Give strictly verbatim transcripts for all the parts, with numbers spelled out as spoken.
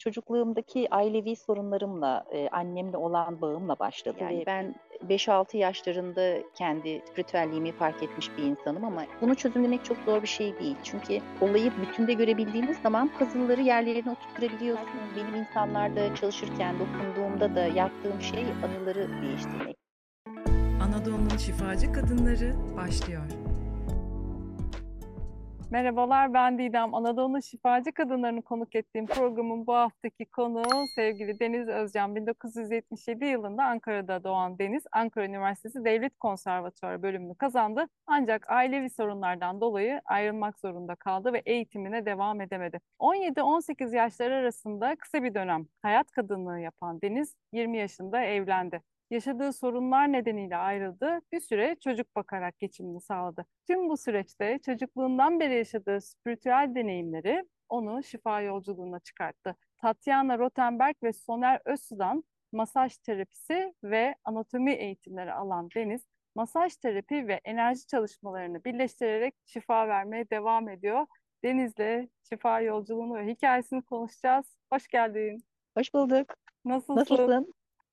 çocukluğumdaki ailevi sorunlarımla, eee, annemle olan bağımla başladı Yani ve ben beş altı yaşlarında kendi spiritüelliğimi fark etmiş bir insanım ama bunu çözümlemek çok zor bir şey değil. Çünkü olayı bütünde görebildiğiniz zaman puzzle'ları yerlerine oturtturabiliyorsun. Benim insanlarla çalışırken, dokunduğumda da yaptığım şey anıları değiştirmek. Anadolu'nun şifacı kadınları başlıyor. Merhabalar, ben Didem. Anadolu'nun şifacı kadınlarını konuk ettiğim programın bu haftaki konuğu sevgili Deniz Özcan. bin dokuz yüz yetmiş yedi yılında Ankara'da doğan Deniz, Ankara Üniversitesi Devlet Konservatuarı bölümünü kazandı. Ancak ailevi sorunlardan dolayı ayrılmak zorunda kaldı ve eğitimine devam edemedi. on yedi on sekiz yaşları arasında kısa bir dönem hayat kadınlığı yapan Deniz, yirmi yaşında evlendi. Yaşadığı sorunlar nedeniyle ayrıldı. Bir süre çocuk bakarak geçimini sağladı. Tüm bu süreçte çocukluğundan beri yaşadığı spiritüel deneyimleri onu şifa yolculuğuna çıkarttı. Tatiana Rothenberg ve Soner Özsu'dan masaj terapisi ve anatomi eğitimleri alan Deniz, masaj terapi ve enerji çalışmalarını birleştirerek şifa vermeye devam ediyor. Deniz'le şifa yolculuğunu ve hikayesini konuşacağız. Hoş geldin. Hoş bulduk. Nasılsın? Nasılsın?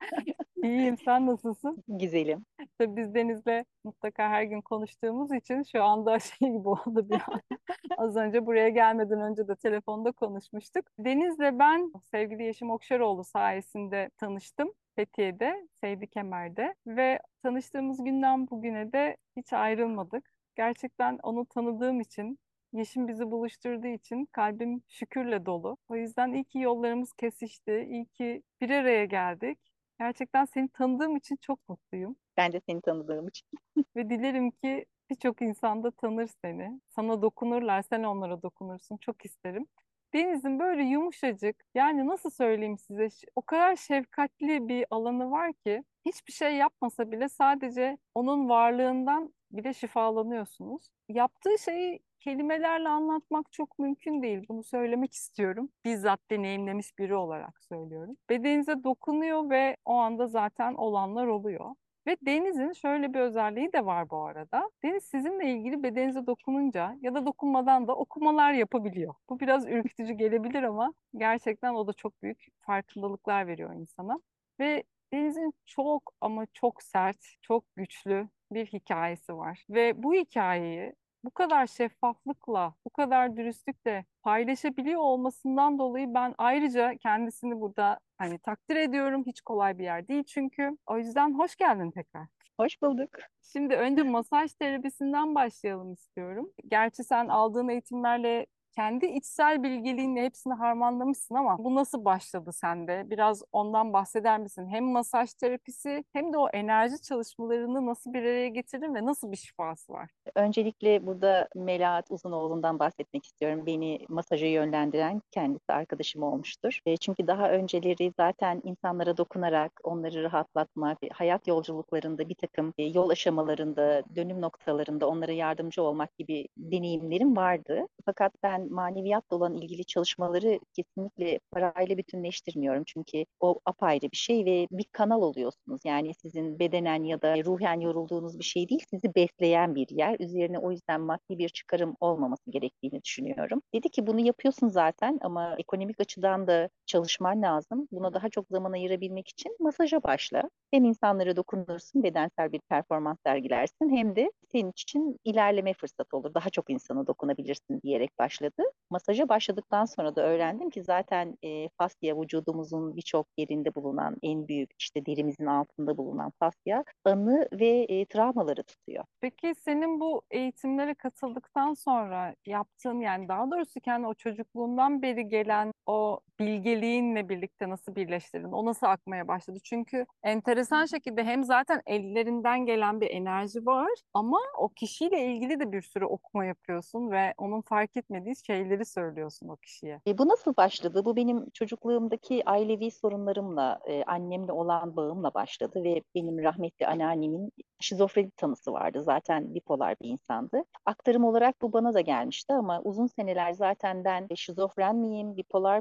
İyiyim, sen nasılsın? Güzelim. Tabii biz Deniz'le mutlaka her gün konuştuğumuz için şu anda şey gibi oldu bir an. Az önce buraya gelmeden önce de telefonda konuşmuştuk. Deniz'le ben sevgili Yeşim Okşaroğlu sayesinde tanıştım. Fethiye'de, Seydi Kemer'de ve tanıştığımız günden bugüne de hiç ayrılmadık. Gerçekten onu tanıdığım için, Yeşim bizi buluşturduğu için kalbim şükürle dolu. O yüzden iyi ki yollarımız kesişti, iyi ki bir araya geldik. Gerçekten seni tanıdığım için çok mutluyum Ben de seni tanıdığım için. ve dilerim ki birçok insan da tanır seni. Sana dokunurlar, sen onlara dokunursun. Çok isterim. Deniz'in böyle yumuşacık, yani nasıl söyleyeyim size, ş- o kadar şefkatli bir alanı var ki hiçbir şey yapmasa bile sadece onun varlığından bile şifalanıyorsunuz. Yaptığı şeyi kelimelerle anlatmak çok mümkün değil. Bunu söylemek istiyorum. Bizzat deneyimlemiş biri olarak söylüyorum. Bedeninize dokunuyor ve o anda zaten olanlar oluyor. Ve Deniz'in şöyle bir özelliği de var bu arada. Deniz sizinle ilgili bedeninize dokununca ya da dokunmadan da okumalar yapabiliyor. Bu biraz ürkütücü gelebilir ama gerçekten o da çok büyük farkındalıklar veriyor insana. Ve Deniz'in çok ama çok sert, çok güçlü bir hikayesi var. Ve bu hikayeyi bu kadar şeffaflıkla, bu kadar dürüstlükle paylaşabiliyor olmasından dolayı ben ayrıca kendisini burada hani takdir ediyorum. Hiç kolay bir yer değil çünkü. O yüzden hoş geldin tekrar. Hoş bulduk. Şimdi önce masaj terapisinden başlayalım istiyorum. Gerçi sen aldığın eğitimlerle kendi içsel bilgeliğinle hepsini harmanlamışsın ama bu nasıl başladı sende? Biraz ondan bahseder misin? Hem masaj terapisi hem de o enerji çalışmalarını nasıl bir araya getirdin ve nasıl bir şifası var? Öncelikle burada Melahat Uzunoğlu'ndan bahsetmek istiyorum. Beni masaja yönlendiren kendisi arkadaşım olmuştur. E, çünkü daha önceleri zaten insanlara dokunarak onları rahatlatmak, e, hayat yolculuklarında bir takım e, yol aşamalarında, dönüm noktalarında onlara yardımcı olmak gibi deneyimlerim vardı. Fakat ben maneviyatla olan ilgili çalışmaları kesinlikle parayla bütünleştirmiyorum. Çünkü o apayrı bir şey ve bir kanal oluyorsunuz. Yani sizin bedenen ya da ruhen yorulduğunuz bir şey değil, sizi besleyen bir yer. Üzerine o yüzden maddi bir çıkarım olmaması gerektiğini düşünüyorum. Dedi ki bunu yapıyorsun zaten ama ekonomik açıdan da çalışman lazım. Buna daha çok zaman ayırabilmek için masaja başla. Hem insanlara dokunursun, bedensel bir performans sergilersin hem de senin için ilerleme fırsatı olur. Daha çok insana dokunabilirsin diyerek başladı. Masaja başladıktan sonra da öğrendim ki zaten e, fasya vücudumuzun birçok yerinde bulunan en büyük işte derimizin altında bulunan fasya anı ve e, travmaları tutuyor. Peki senin bu eğitimlere katıldıktan sonra yaptığın, yani daha doğrusu kendi o çocukluğundan beri gelen o bilgeliğinle birlikte nasıl birleştirdin? O nasıl akmaya başladı? Çünkü enteresan şekilde hem zaten ellerinden gelen bir enerji var ama o kişiyle ilgili de bir sürü okuma yapıyorsun ve onun fark etmediği şeyleri söylüyorsun o kişiye. E, bu nasıl başladı? Bu benim çocukluğumdaki ailevi sorunlarımla, e, annemle olan bağımla başladı ve benim rahmetli anneannemin şizofreni tanısı vardı. Zaten bipolar bir insandı. Aktarım olarak bu bana da gelmişti ama uzun seneler zaten ben e, şizofren miyim, bipolar mıyım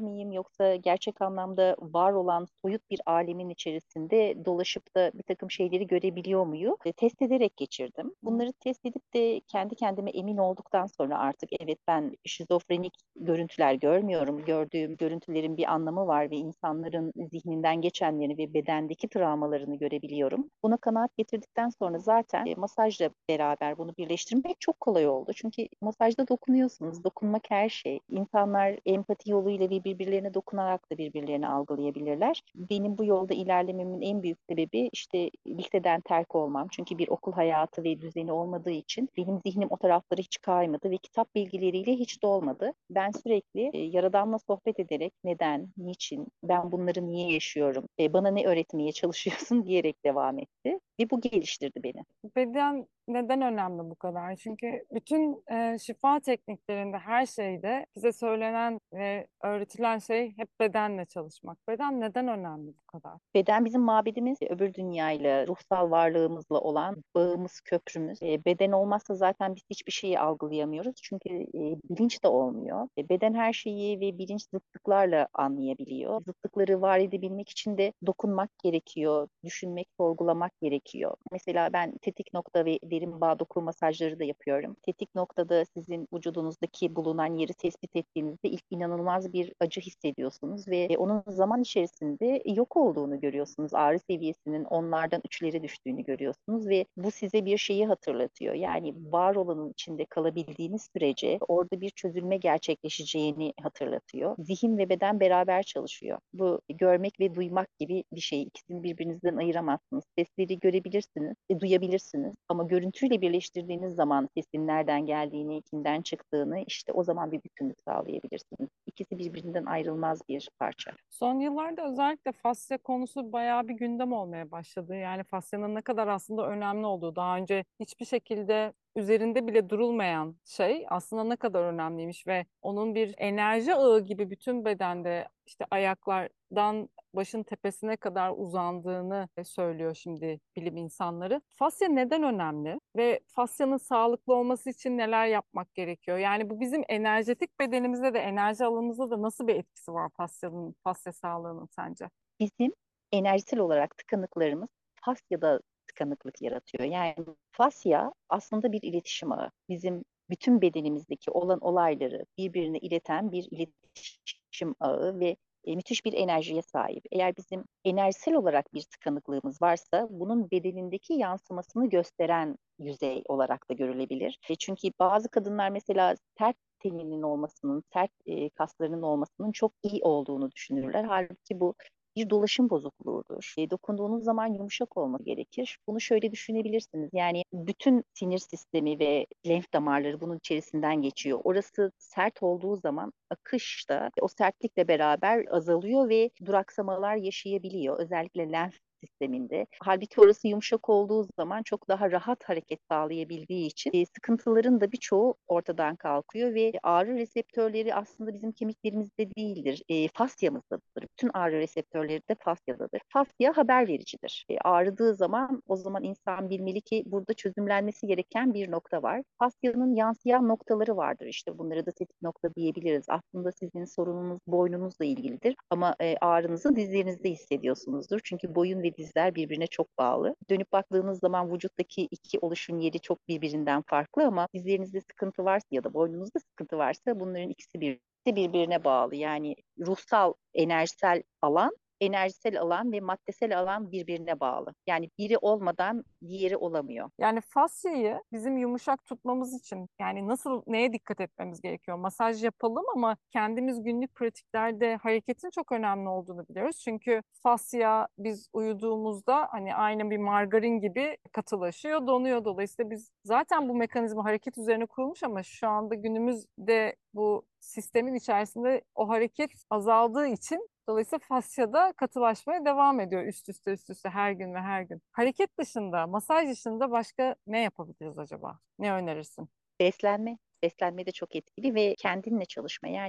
yoksa gerçek anlamda var olan soyut bir alemin içerisinde dolaşıp da bir takım şeyleri görebiliyor muyum? E, test ederek geçirdim. Hı. Bunları test edip de kendi kendime emin olduktan sonra artık evet ben şizofrenik görüntüler görmüyorum. Gördüğüm görüntülerin bir anlamı var ve insanların zihninden geçenlerini ve bedendeki travmalarını görebiliyorum. Buna kanaat getirdikten sonra zaten e, masajla beraber bunu birleştirmek çok kolay oldu. Çünkü masajda dokunuyorsunuz. Dokunmak her şey. İnsanlar empati yoluyla ve birbirlerine dokunarak da birbirlerini algılayabilirler. Benim bu yolda ilerlememin en büyük sebebi işte liseden terk olmam. Çünkü bir okul hayatı ve düzeni olmadığı için benim zihnim o taraflara hiç kaymadı ve kitap bilgileriyle hiç dolmadı. Ben sürekli e, Yaradan'la sohbet ederek neden, niçin, ben bunları niye yaşıyorum, e, bana ne öğretmeye çalışıyorsun diyerek devam etti. Ve bu geliştirdi beni. Beden neden önemli bu kadar? Çünkü bütün e, şifa tekniklerinde, her şeyde bize söylenen ve öğretilen şey hep bedenle çalışmak. Beden neden önemli bu kadar? Beden bizim mabedimiz, öbür dünyayla, ruhsal varlığımızla olan bağımız, köprümüz. E, beden olmazsa zaten biz hiçbir şeyi algılayamıyoruz. Çünkü e, bilinç de olmuyor. E, beden her şeyi ve bilinç zıtlıklarla anlayabiliyor. Zıtlıkları var edebilmek için de dokunmak gerekiyor, düşünmek, sorgulamak gerekiyor. Mesela ben tetik nokta ve derin bağ doku masajları da yapıyorum. Tetik noktada sizin vücudunuzdaki bulunan yeri tespit ettiğinizde ilk inanılmaz bir acı hissediyorsunuz ve e, onun zaman içerisinde yok olduğunu görüyorsunuz. Ağrı seviyesinin onlardan üçleri düştüğünü görüyorsunuz ve bu size bir şeyi hatırlatıyor. Yani var olanın içinde kalabildiğiniz sürece orada bir çözülme gerçekleşeceğini hatırlatıyor. Zihin ve beden beraber çalışıyor. Bu görmek ve duymak gibi bir şey. İkisini birbirinizden ayıramazsınız. Sesleri görebilirsiniz, e, duyabilirsiniz ama görüntüyle birleştirdiğiniz zaman sesin nereden geldiğini, kimden çıktığını işte o zaman bir bütünlük sağlayabilirsiniz. İkisi birbirinden ayrılmaz bir parça. Son yıllarda özellikle fasya konusu bayağı bir gündem olmaya başladı. Yani fasyanın ne kadar aslında önemli olduğu, daha önce hiçbir şekilde üzerinde bile durulmayan şey aslında ne kadar önemliymiş ve onun bir enerji ağı gibi bütün bedende, işte ayaklardan başın tepesine kadar uzandığını söylüyor şimdi bilim insanları. Fasya neden önemli ve fasyanın sağlıklı olması için neler yapmak gerekiyor? Yani bu bizim enerjetik bedenimizde de, enerji alanımızda da nasıl bir etkisi var fasyanın, fasya sağlığının sence? Bizim enerjisel olarak tıkanıklarımız fasyada tıkanıklık yaratıyor. Yani fasya aslında bir iletişim ağı. Bizim bütün bedenimizdeki olan olayları birbirine ileten bir iletişim ağı ve e, müthiş bir enerjiye sahip. Eğer bizim enerjisel olarak bir tıkanıklığımız varsa bunun bedenindeki yansımasını gösteren yüzey olarak da görülebilir. E, çünkü bazı kadınlar mesela sert teninin olmasının, sert e, kaslarının olmasının çok iyi olduğunu düşünürler. Halbuki bu bir dolaşım bozukluğudur. E, dokunduğunuz zaman yumuşak olması gerekir. Bunu şöyle düşünebilirsiniz. Yani bütün sinir sistemi ve lenf damarları bunun içerisinden geçiyor. Orası sert olduğu zaman akış da o sertlikle beraber azalıyor ve duraksamalar yaşayabiliyor. Özellikle lenf sisteminde. Halbuki orası yumuşak olduğu zaman çok daha rahat hareket sağlayabildiği için e, sıkıntıların da birçoğu ortadan kalkıyor ve ağrı reseptörleri aslında bizim kemiklerimizde değildir. E, fasyamızdadır. Bütün ağrı reseptörleri de fasyadadır. Fasya haber vericidir. E, ağrıdığı zaman o zaman insan bilmeli ki burada çözümlenmesi gereken bir nokta var. Fasyanın yansıyan noktaları vardır. İşte bunları da tetik nokta diyebiliriz. Aslında sizin sorununuz boynunuzla ilgilidir ama e, ağrınızı dizlerinizde hissediyorsunuzdur. Çünkü boyun ve dizler birbirine çok bağlı. Dönüp baktığınız zaman vücuttaki iki oluşun yeri çok birbirinden farklı ama dizlerinizde sıkıntı varsa ya da boynunuzda sıkıntı varsa bunların ikisi bir birbirine bağlı. Yani ruhsal, enerjisel alan, enerjisel alan ve maddesel alan birbirine bağlı. Yani biri olmadan diğeri olamıyor. Yani fasyayı bizim yumuşak tutmamız için yani nasıl, neye dikkat etmemiz gerekiyor? Masaj yapalım ama kendimiz günlük pratiklerde hareketin çok önemli olduğunu biliyoruz. Çünkü fasya biz uyuduğumuzda hani aynı bir margarin gibi katılaşıyor, donuyor. Dolayısıyla biz zaten bu mekanizma hareket üzerine kurulmuş ama şu anda günümüzde bu sistemin içerisinde o hareket azaldığı için dolayısıyla fasyada katılaşmaya devam ediyor üst üste üst üste her gün ve her gün. Hareket dışında, masaj dışında başka ne yapabiliriz acaba? Ne önerirsin? Beslenme, beslenme de çok etkili ve kendinle çalışma. Yani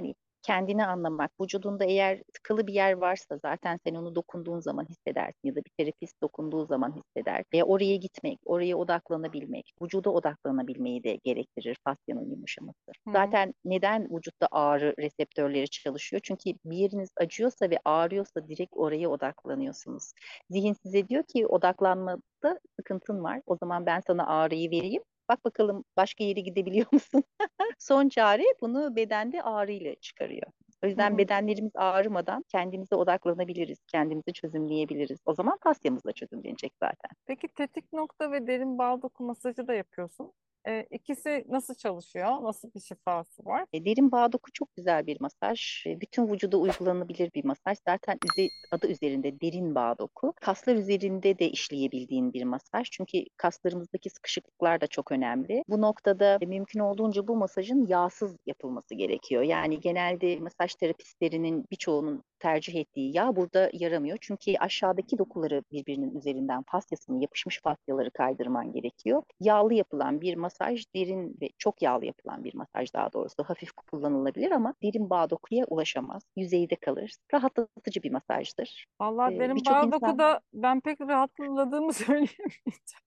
kendini anlamak, vücudunda eğer tıkalı bir yer varsa zaten sen onu dokunduğun zaman hissedersin ya da bir terapist dokunduğu zaman hisseder. E, oraya gitmek, oraya odaklanabilmek, vücuda odaklanabilmeyi de gerektirir fasyanın yumuşaması. Hı hı. Zaten neden vücutta ağrı reseptörleri çalışıyor? Çünkü bir yeriniz acıyorsa ve ağrıyorsa direkt oraya odaklanıyorsunuz. Zihin size diyor ki odaklanmada sıkıntın var. O zaman ben sana ağrıyı vereyim. Bak bakalım başka yere gidebiliyor musun? Son çare bunu bedende ağrıyla çıkarıyor. O Hı yüzden hı. bedenlerimiz ağrımadan kendimize odaklanabiliriz, kendimizi çözümleyebiliriz. O zaman fasyamız da çözümlenecek zaten. Peki tetik nokta ve derin bağ doku masajı da yapıyorsun. E, ikisi nasıl çalışıyor? Nasıl bir şifası var? E, derin bağ doku çok güzel bir masaj. E, bütün vücuda uygulanabilir bir masaj. Zaten üze- adı üzerinde derin bağ doku. Kaslar üzerinde de işleyebildiğin bir masaj. Çünkü kaslarımızdaki sıkışıklıklar da çok önemli. Bu noktada e, mümkün olduğunca bu masajın yağsız yapılması gerekiyor. Yani genelde masaj terapistlerinin birçoğunun tercih ettiği yağ burada yaramıyor. Çünkü aşağıdaki dokuları birbirinin üzerinden fasyasını, yapışmış fasyaları kaydırman gerekiyor. Yağlı yapılan bir masaj, derin ve çok yağlı yapılan bir masaj daha doğrusu hafif kullanılabilir ama derin bağ dokuya ulaşamaz. Yüzeyde kalır. Rahatlatıcı bir masajdır. Vallahi Ee, derin birçok bağ insan dokuda ben pek rahatladığımı söyleyemeyeceğim.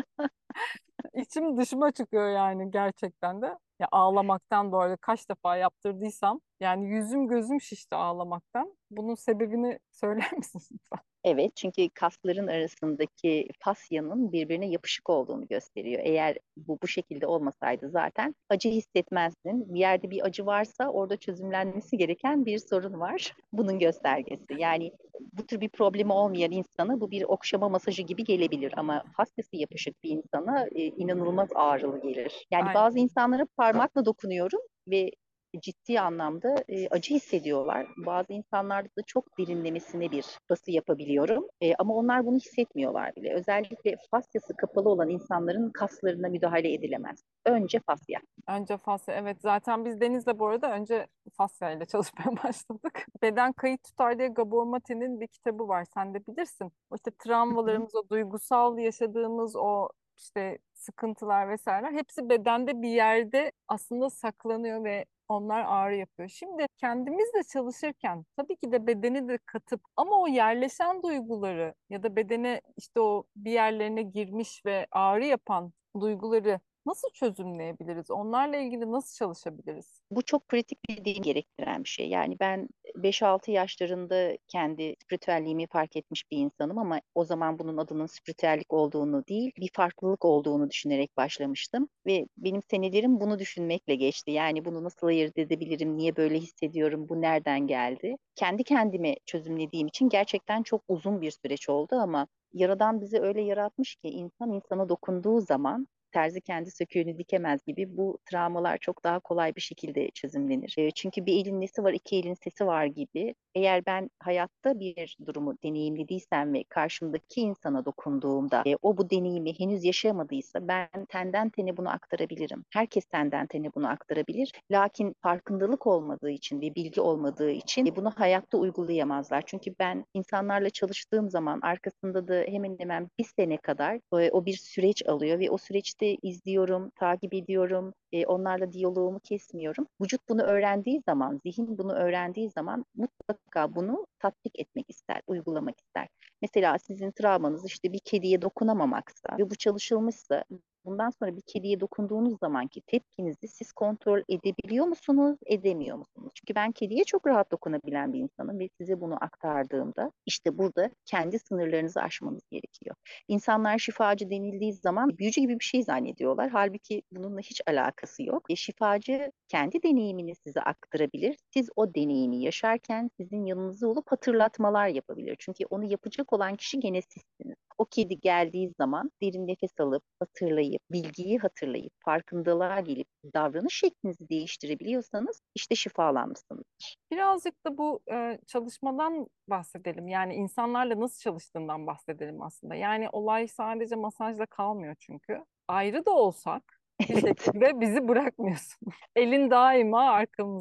İçim dışıma çıkıyor yani gerçekten de. Ya ağlamaktan böyle kaç defa yaptırdıysam yani yüzüm gözüm şişti ağlamaktan. Bunun sebebini söyler misiniz lütfen? evet, çünkü kasların arasındaki fasyanın birbirine yapışık olduğunu gösteriyor. Eğer bu bu şekilde olmasaydı zaten acı hissetmezdin. Bir yerde bir acı varsa orada çözümlenmesi gereken bir sorun var. Bunun göstergesi. Yani bu tür bir problemi olmayan insana bu bir okşama masajı gibi gelebilir ama fasyası yapışık bir insana e, inanılmaz ağrılı gelir. Yani Aynen. bazı insanlara parmakla dokunuyorum ve ciddi anlamda e, acı hissediyorlar. Bazı insanlarda da çok derinlemesine bir bası yapabiliyorum. E, ama onlar bunu hissetmiyorlar bile. Özellikle fasyası kapalı olan insanların kaslarına müdahale edilemez. Önce fasya. Önce fasya. Evet, zaten biz Deniz'le bu arada önce fasya ile çalışmaya başladık. Beden Kayıt Tutar diye Gabor Mate'nin bir kitabı var. Sen de bilirsin. O işte travmalarımız, o duygusal yaşadığımız o işte sıkıntılar vesaireler hepsi bedende bir yerde aslında saklanıyor ve onlar ağrı yapıyor. Şimdi kendimizle çalışırken tabii ki de bedeni de katıp ama o yerleşen duyguları ya da bedene işte o bir yerlerine girmiş ve ağrı yapan duyguları nasıl çözümleyebiliriz? Onlarla ilgili nasıl çalışabiliriz? Bu çok pratik bir deneyim gerektiren bir şey. Yani ben beş altı yaşlarında kendi spiritüelliğimi fark etmiş bir insanım ama o zaman bunun adının spiritüellik olduğunu değil, bir farklılık olduğunu düşünerek başlamıştım. Ve benim senelerim bunu düşünmekle geçti. Yani bunu nasıl ayırt edebilirim, niye böyle hissediyorum, bu nereden geldi? Kendi kendime çözümlediğim için gerçekten çok uzun bir süreç oldu ama Yaradan bizi öyle yaratmış ki insan insana dokunduğu zaman terzi kendi söküğünü dikemez gibi bu travmalar çok daha kolay bir şekilde çözümlenir. E, çünkü bir elin nesi var, iki elin sesi var gibi. Eğer ben hayatta bir durumu deneyimlediysem ve karşımdaki insana dokunduğumda e, o bu deneyimi henüz yaşamadıysa ben tenden tene bunu aktarabilirim. Herkes tenden tene bunu aktarabilir. Lakin farkındalık olmadığı için ve bilgi olmadığı için e, bunu hayatta uygulayamazlar. Çünkü ben insanlarla çalıştığım zaman arkasında da hemen hemen bir sene kadar e, o bir süreç alıyor ve o süreçte izliyorum, takip ediyorum, e, onlarla diyaloğumu kesmiyorum. Vücut bunu öğrendiği zaman, zihin bunu öğrendiği zaman mutlaka bunu tatbik etmek ister, uygulamak ister. Mesela sizin travmanız işte bir kediye dokunamamaksa ve bu çalışılmışsa bundan sonra bir kediye dokunduğunuz zamanki tepkinizi siz kontrol edebiliyor musunuz, edemiyor musunuz? Çünkü ben kediye çok rahat dokunabilen bir insanım ve size bunu aktardığımda işte burada kendi sınırlarınızı aşmanız gerekiyor. İnsanlar şifacı denildiği zaman büyücü gibi bir şey zannediyorlar. Halbuki bununla hiç alakası yok. E, şifacı kendi deneyimini size aktarabilir. Siz o deneyimi yaşarken sizin yanınızda olup hatırlatmalar yapabilir. Çünkü onu yapacak olan kişi gene sizsiniz. O kedi geldiği zaman derin nefes alıp, hatırlayıp, bilgiyi hatırlayıp, farkındalığa gelip davranış şeklinizi değiştirebiliyorsanız işte şifalanmışsınız. Birazcık da bu e, çalışmadan bahsedelim. Yani insanlarla nasıl çalıştığından bahsedelim aslında. Yani olay sadece masajla kalmıyor çünkü. Ayrı da olsak bir Evet. şekilde bizi bırakmıyorsun. Elin daima arkamızda.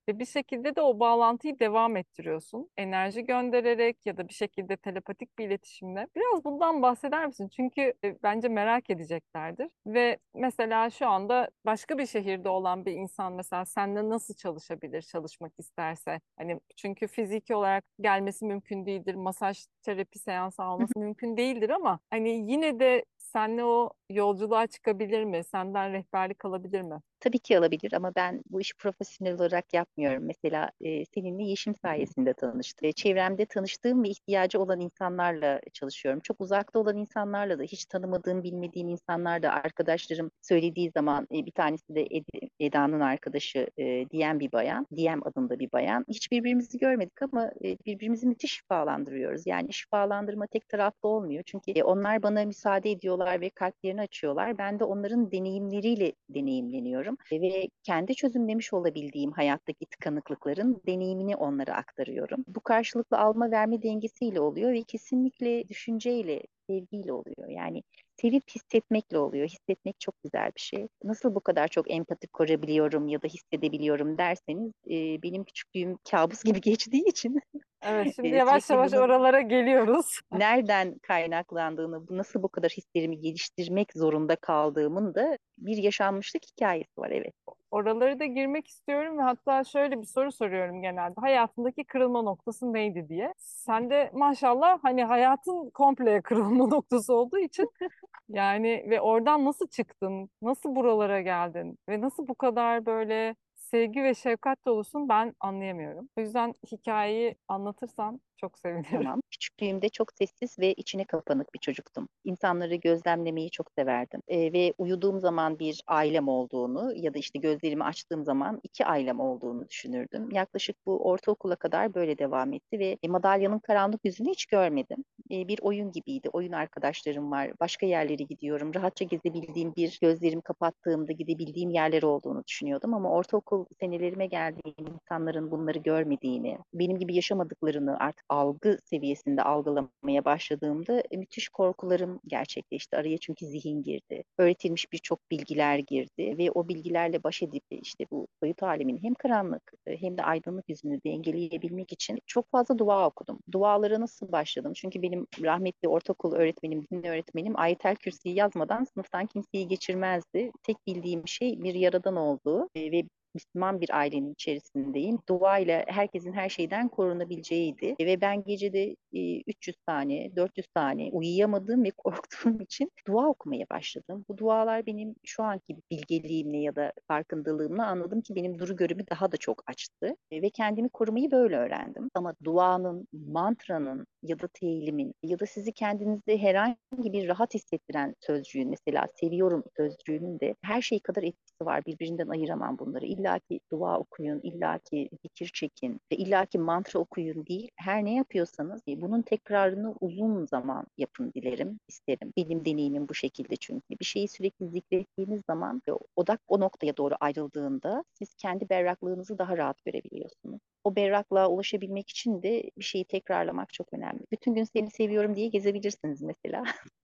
ve bir şekilde de o bağlantıyı devam ettiriyorsun. Enerji göndererek ya da bir şekilde telepatik bir iletişimle. Biraz bundan bahseder misin? Çünkü e, bence merak edeceklerdir. Ve mesela şu anda başka bir şehirde olan bir insan mesela seninle nasıl çalışabilir, çalışmak isterse? Hani çünkü fiziki olarak gelmesi mümkün değildir. Masaj terapi seansı alması mümkün değildir ama hani yine de seninle o yolculuğa çıkabilir mi? Senden rehberlik alabilir mi? Tabii ki alabilir ama ben bu işi profesyonel olarak yapmıyorum. Mesela e, seninle Yeşim sayesinde tanıştım. E, çevremde tanıştığım ve ihtiyacı olan insanlarla çalışıyorum. Çok uzakta olan insanlarla da, hiç tanımadığım, bilmediğim insanlarla arkadaşlarım söylediği zaman e, bir tanesi de Ed- Eda'nın arkadaşı e, diyen bir bayan, Diyem adında bir bayan. Hiç birbirimizi görmedik ama e, birbirimizi müthiş şifalandırıyoruz. Yani şifalandırma tek taraflı olmuyor. Çünkü e, onlar bana müsaade ediyorlar ve kalplerini açıyorlar. Ben de onların deneyimleriyle deneyimleniyorum. E, Ve kendi çözümlemiş olabildiğim hayattaki tıkanıklıkların deneyimini onlara aktarıyorum. Bu karşılıklı alma verme dengesiyle oluyor ve kesinlikle düşünceyle, sevgiyle oluyor. Yani sevip hissetmekle oluyor. Hissetmek çok güzel bir şey. Nasıl bu kadar çok empati kurabiliyorum ya da hissedebiliyorum derseniz, e, benim küçüklüğüm kabus gibi geçtiği için Evet, şimdi e, yavaş sürekli yavaş bunun oralara geliyoruz. nereden kaynaklandığını, bu nasıl bu kadar hislerimi geliştirmek zorunda kaldığımın da bir yaşanmışlık hikayesi var, evet. Oraları da girmek istiyorum ve hatta şöyle bir soru soruyorum genelde. Hayatındaki kırılma noktası neydi diye. Sen de maşallah hani hayatın komple kırılma noktası olduğu için yani ve oradan nasıl çıktın? Nasıl buralara geldin? Ve nasıl bu kadar böyle sevgi ve şefkat dolusun ben anlayamıyorum. O yüzden hikayeyi anlatırsan çok sevinirim. Tamam. Küçüklüğümde çok sessiz ve içine kapanık bir çocuktum. İnsanları gözlemlemeyi çok severdim. Ee, ve uyuduğum zaman bir ailem olduğunu ya da işte gözlerimi açtığım zaman iki ailem olduğunu düşünürdüm. Yaklaşık bu ortaokula kadar böyle devam etti ve e, madalyanın karanlık yüzünü hiç görmedim. E, bir oyun gibiydi. Oyun arkadaşlarım var. Başka yerlere gidiyorum. Rahatça gezebildiğim, bir gözlerimi kapattığımda gidebildiğim yerler olduğunu düşünüyordum. Ama ortaokul senelerime geldiğim insanların bunları görmediğini, benim gibi yaşamadıklarını artık algı seviyesinde algılamaya başladığımda e, müthiş korkularım gerçekleşti. Araya çünkü zihin girdi. Öğretilmiş birçok bilgiler girdi ve o bilgilerle baş edip e, işte bu soyut alemin hem karanlık e, hem de aydınlık yüzünü dengeleyebilmek için çok fazla dua okudum. Dualara nasıl başladım? Çünkü benim rahmetli ortaokul öğretmenim, din öğretmenim Ayetel Kürsi'yi yazmadan sınıftan kimseyi geçirmezdi. Tek bildiğim şey bir yaradan olduğu e, ve Müslüman bir ailenin içerisindeyim. Dua ile herkesin her şeyden korunabileceğiydi. Ve ben gecede e, üç yüz tane, dört yüz tane uyuyamadığım ve korktuğum için dua okumaya başladım. Bu dualar benim şu anki bilgeliğimle ya da farkındalığımla anladım ki benim duru görümü daha da çok açtı. E, ve kendimi korumayı böyle öğrendim. Ama duanın, mantranın ya da teylimin ya da sizi kendinizde herhangi bir rahat hissettiren sözcüğün, mesela seviyorum sözcüğünün de her şey kadar etkisi var. Birbirinden ayıramam bunları. İlla ki dua okuyun, illa ki zikir çekin ve illa ki mantra okuyun değil. Her ne yapıyorsanız e, bunun tekrarını uzun zaman yapın dilerim, isterim. Benim deneyimim bu şekilde çünkü. Bir şeyi sürekli zikrettiğiniz zaman e, odak o noktaya doğru ayrıldığında siz kendi berraklığınızı daha rahat görebiliyorsunuz. O berraklığa ulaşabilmek için de bir şeyi tekrarlamak çok önemli. Bütün gün seni seviyorum diye gezebilirsiniz mesela.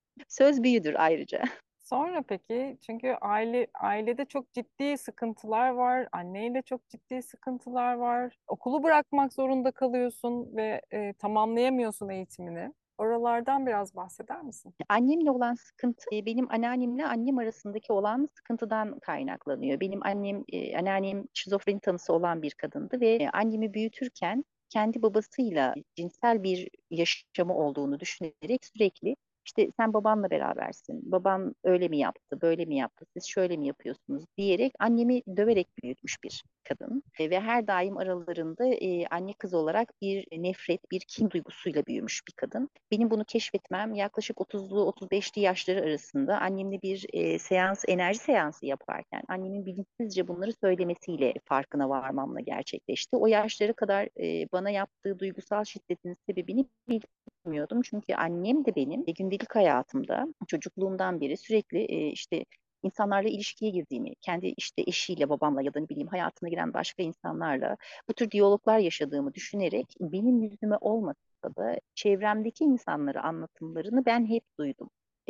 Söz büyüdür ayrıca. Sonra peki çünkü aile ailede çok ciddi sıkıntılar var. Anneyle çok ciddi sıkıntılar var. Okulu bırakmak zorunda kalıyorsun ve e, tamamlayamıyorsun eğitimini. Oralardan biraz bahseder misin? Annemle olan sıkıntı e, benim anneannemle annem arasındaki olan sıkıntıdan kaynaklanıyor. Benim annem, e, anneannem şizofreni tanısı olan bir kadındı ve e, annemi büyütürken kendi babasıyla cinsel bir yaşamı olduğunu düşünerek sürekli işte sen babanla berabersin, baban öyle mi yaptı, böyle mi yaptı, siz şöyle mi yapıyorsunuz diyerek annemi döverek büyütmüş bir kadın. E, ve her daim aralarında e, anne kız olarak bir nefret, bir kin duygusuyla büyümüş bir kadın. Benim bunu keşfetmem yaklaşık otuzlu otuz beşli yaşları arasında annemle bir e, seans, enerji seansı yaparken annemin bilinçsizce bunları söylemesiyle farkına varmamla gerçekleşti. O yaşlara kadar e, bana yaptığı duygusal şiddetin sebebini bilmiyordum. Çünkü annem de benim e, gündelik hayatımda çocukluğumdan beri sürekli e, işte insanlarla ilişkiye girdiğimi, kendi işte eşiyle, babamla ya da ne bileyim hayatına giren başka insanlarla bu tür diyaloglar yaşadığımı düşünerek benim yüzüme olmasa da çevremdeki insanlara anlatımlarını ben hep duydum.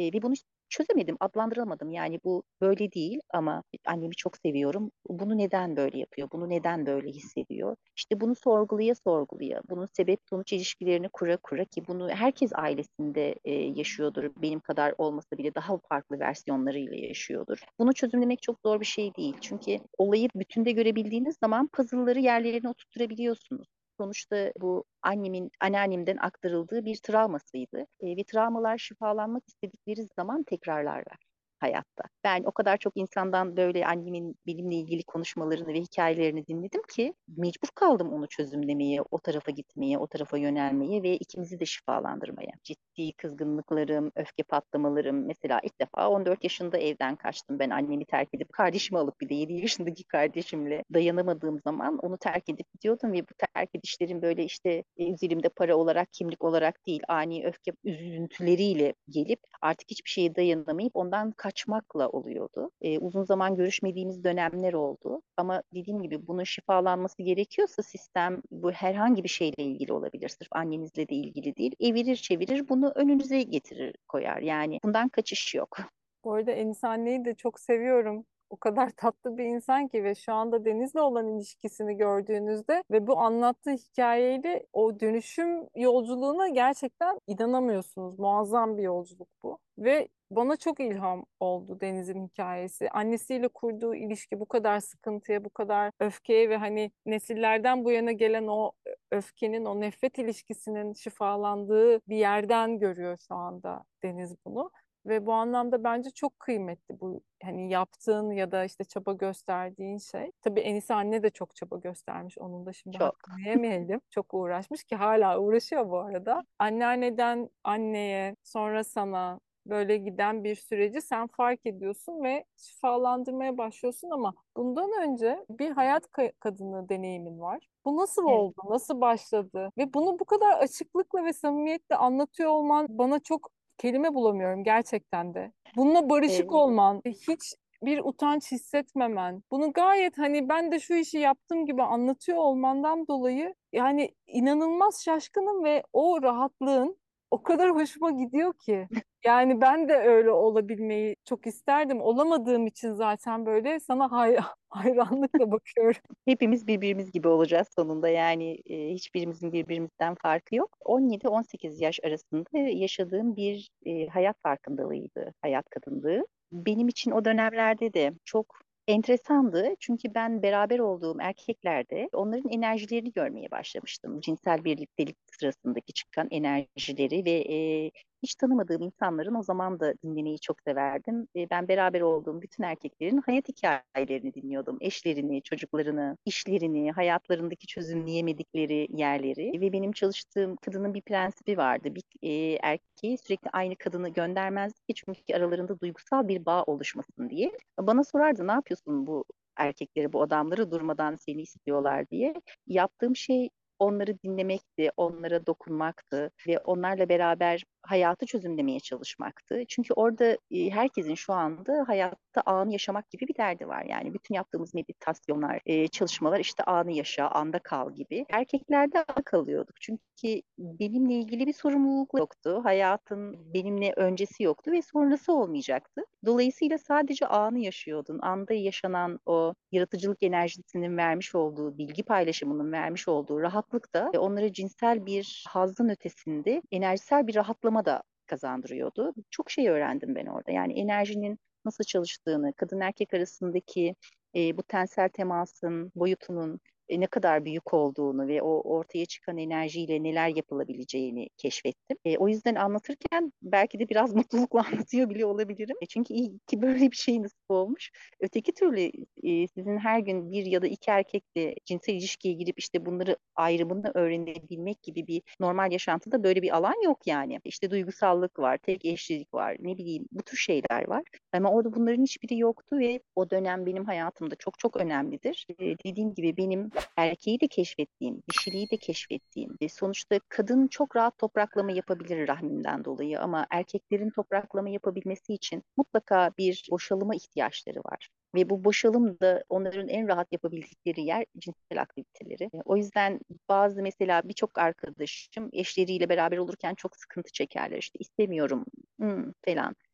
E, ve bunu çözemedim, adlandıramadım. Yani bu böyle değil ama annemi çok seviyorum. Bunu neden böyle yapıyor? Bunu neden böyle hissediyor? İşte bunu sorgulaya sorgulaya, bunun sebep sonuç ilişkilerini kura kura, ki bunu herkes ailesinde e, yaşıyordur. Benim kadar olmasa bile daha farklı versiyonlarıyla yaşıyordur. Bunu çözümlemek çok zor bir şey değil. Çünkü olayı bütünde görebildiğiniz zaman puzzle'ları yerlerine oturtturabiliyorsunuz. Sonuçta bu annemin, anneannemden aktarıldığı bir travmasıydı. E, ve travmalar şifalanmak istedikleri zaman tekrarlarlar hayatta. Ben o kadar çok insandan böyle annemin benimle ilgili konuşmalarını ve hikayelerini dinledim ki mecbur kaldım onu çözümlemeye, o tarafa gitmeye, o tarafa yönelmeye ve ikimizi de şifalandırmaya. Ciddi kızgınlıklarım, öfke patlamalarım. Mesela ilk defa on dört yaşında evden kaçtım. Ben annemi terk edip kardeşimi alıp, bir de yedi yaşındaki kardeşimle dayanamadığım zaman onu terk edip gidiyordum ve bu terk edişlerin böyle işte e, üzerimde para olarak, kimlik olarak değil, ani öfke üzüntüleriyle gelip artık hiçbir şeye dayanamayıp ondan kaçmakla oluyordu. E, uzun zaman görüşmediğimiz dönemler oldu. Ama dediğim gibi bunun şifalanması gerekiyorsa sistem, bu herhangi bir şeyle ilgili olabilir. Sırf annenizle de ilgili değil. Evirir çevirir bunu önünüze getirir koyar. Yani bundan kaçış yok. Bu arada Enis anneyi de çok seviyorum. O kadar tatlı bir insan ki ve şu anda Deniz'le olan ilişkisini gördüğünüzde ve bu anlattığı hikayeyle o dönüşüm yolculuğuna gerçekten inanamıyorsunuz. Muazzam bir yolculuk bu. Ve bana çok ilham oldu Deniz'in hikayesi. Annesiyle kurduğu ilişki bu kadar sıkıntıya, bu kadar öfkeye ve hani nesillerden bu yana gelen o öfkenin, o nefret ilişkisinin şifalandığı bir yerden görüyor şu anda Deniz bunu. Ve bu anlamda bence çok kıymetli bu hani yaptığın ya da işte çaba gösterdiğin şey. Tabii Enis anne de çok çaba göstermiş. Onun da şimdi Çok. hakkını yemeyelim. Çok uğraşmış ki hala uğraşıyor bu arada. Anneanneden anneye, sonra sana böyle giden bir süreci sen fark ediyorsun ve şifalandırmaya başlıyorsun ama bundan önce bir hayat ka- kadını deneyimin var. Bu nasıl Evet. oldu? Nasıl başladı? Ve bunu bu kadar açıklıkla ve samimiyetle anlatıyor olman bana çok kelime bulamıyorum gerçekten de. Bununla barışık E, olman, hiç bir utanç hissetmemen, bunu gayet hani ben de şu işi yaptım gibi anlatıyor olmandan dolayı yani inanılmaz şaşkınım ve o rahatlığın o kadar hoşuma gidiyor ki. Yani ben de öyle olabilmeyi çok isterdim. Olamadığım için zaten böyle sana hay hayranlıkla bakıyorum. Hepimiz birbirimiz gibi olacağız sonunda. Yani e, hiçbirimizin birbirimizden farkı yok. on yedi on sekiz yaş arasında yaşadığım bir e, hayat farkındalığıydı, hayat kadınlığı. Benim için o dönemlerde de çok enteresandı. Çünkü ben beraber olduğum erkeklerde onların enerjilerini görmeye başlamıştım. Cinsel birliktelik sırasındaki çıkan enerjileri ve e, hiç tanımadığım insanların, o zaman da dinlemeyi çok severdim. E, ben beraber olduğum bütün erkeklerin hayat hikayelerini dinliyordum. Eşlerini, çocuklarını, işlerini, hayatlarındaki çözümleyemedikleri yerleri. Ve benim çalıştığım kadının bir prensibi vardı. Bir e, erkeği sürekli aynı kadını göndermezdi ki, çünkü aralarında duygusal bir bağ oluşmasın diye. Bana sorardı, ne yapıyorsun bu erkekleri, bu adamları, durmadan seni istiyorlar diye. Yaptığım şey onları dinlemekti, onlara dokunmaktı ve onlarla beraber hayatı çözümlemeye çalışmaktı. Çünkü orada e, herkesin şu anda hayatta anı yaşamak gibi bir derdi var. Yani bütün yaptığımız meditasyonlar, e, çalışmalar işte anı yaşa, anda kal gibi. Erkeklerde anda kalıyorduk. Çünkü benimle ilgili bir sorumluluk yoktu. Hayatın benimle öncesi yoktu ve sonrası olmayacaktı. Dolayısıyla sadece anı yaşıyordun. Anda yaşanan o yaratıcılık enerjisinin vermiş olduğu, bilgi paylaşımının vermiş olduğu rahatlık da onlara cinsel bir hazzın ötesinde enerjisel bir rahatlama da kazandırıyordu. Çok şey öğrendim ben orada. Yani enerjinin nasıl çalıştığını, kadın erkek arasındaki e, bu tensel temasın boyutunun e, ne kadar büyük olduğunu ve o ortaya çıkan enerjiyle neler yapılabileceğini keşfettim. E, o yüzden anlatırken belki de biraz mutlulukla anlatıyor bile olabilirim. E, çünkü iyi ki böyle bir şey nasip olmuş. Öteki türlü e, sizin her gün bir ya da iki erkekle cinsel ilişkiye girip işte bunları ayrımını öğrenebilmek gibi bir normal yaşantıda böyle bir alan yok yani. İşte duygusallık var, tek eşlilik var, ne bileyim bu tür şeyler var. Ama orada bunların hiçbiri yoktu ve o dönem benim hayatımda çok çok önemlidir. E, dediğim gibi benim erkeği de keşfettiğim, dişiliği de keşfettiğim. E, sonuçta kadın çok rahat topraklama yapabilir rahminden dolayı, ama erkeklerin topraklama yapabilmesi için mutlaka bir boşalıma ihtiyaçları var. Ve bu boşalım da onların en rahat yapabildikleri yer cinsel aktiviteleri. E, O yüzden bazı, mesela birçok arkadaşım eşleriyle beraber olurken çok sıkıntı çekerler. İşte istemiyorum hmm, falan.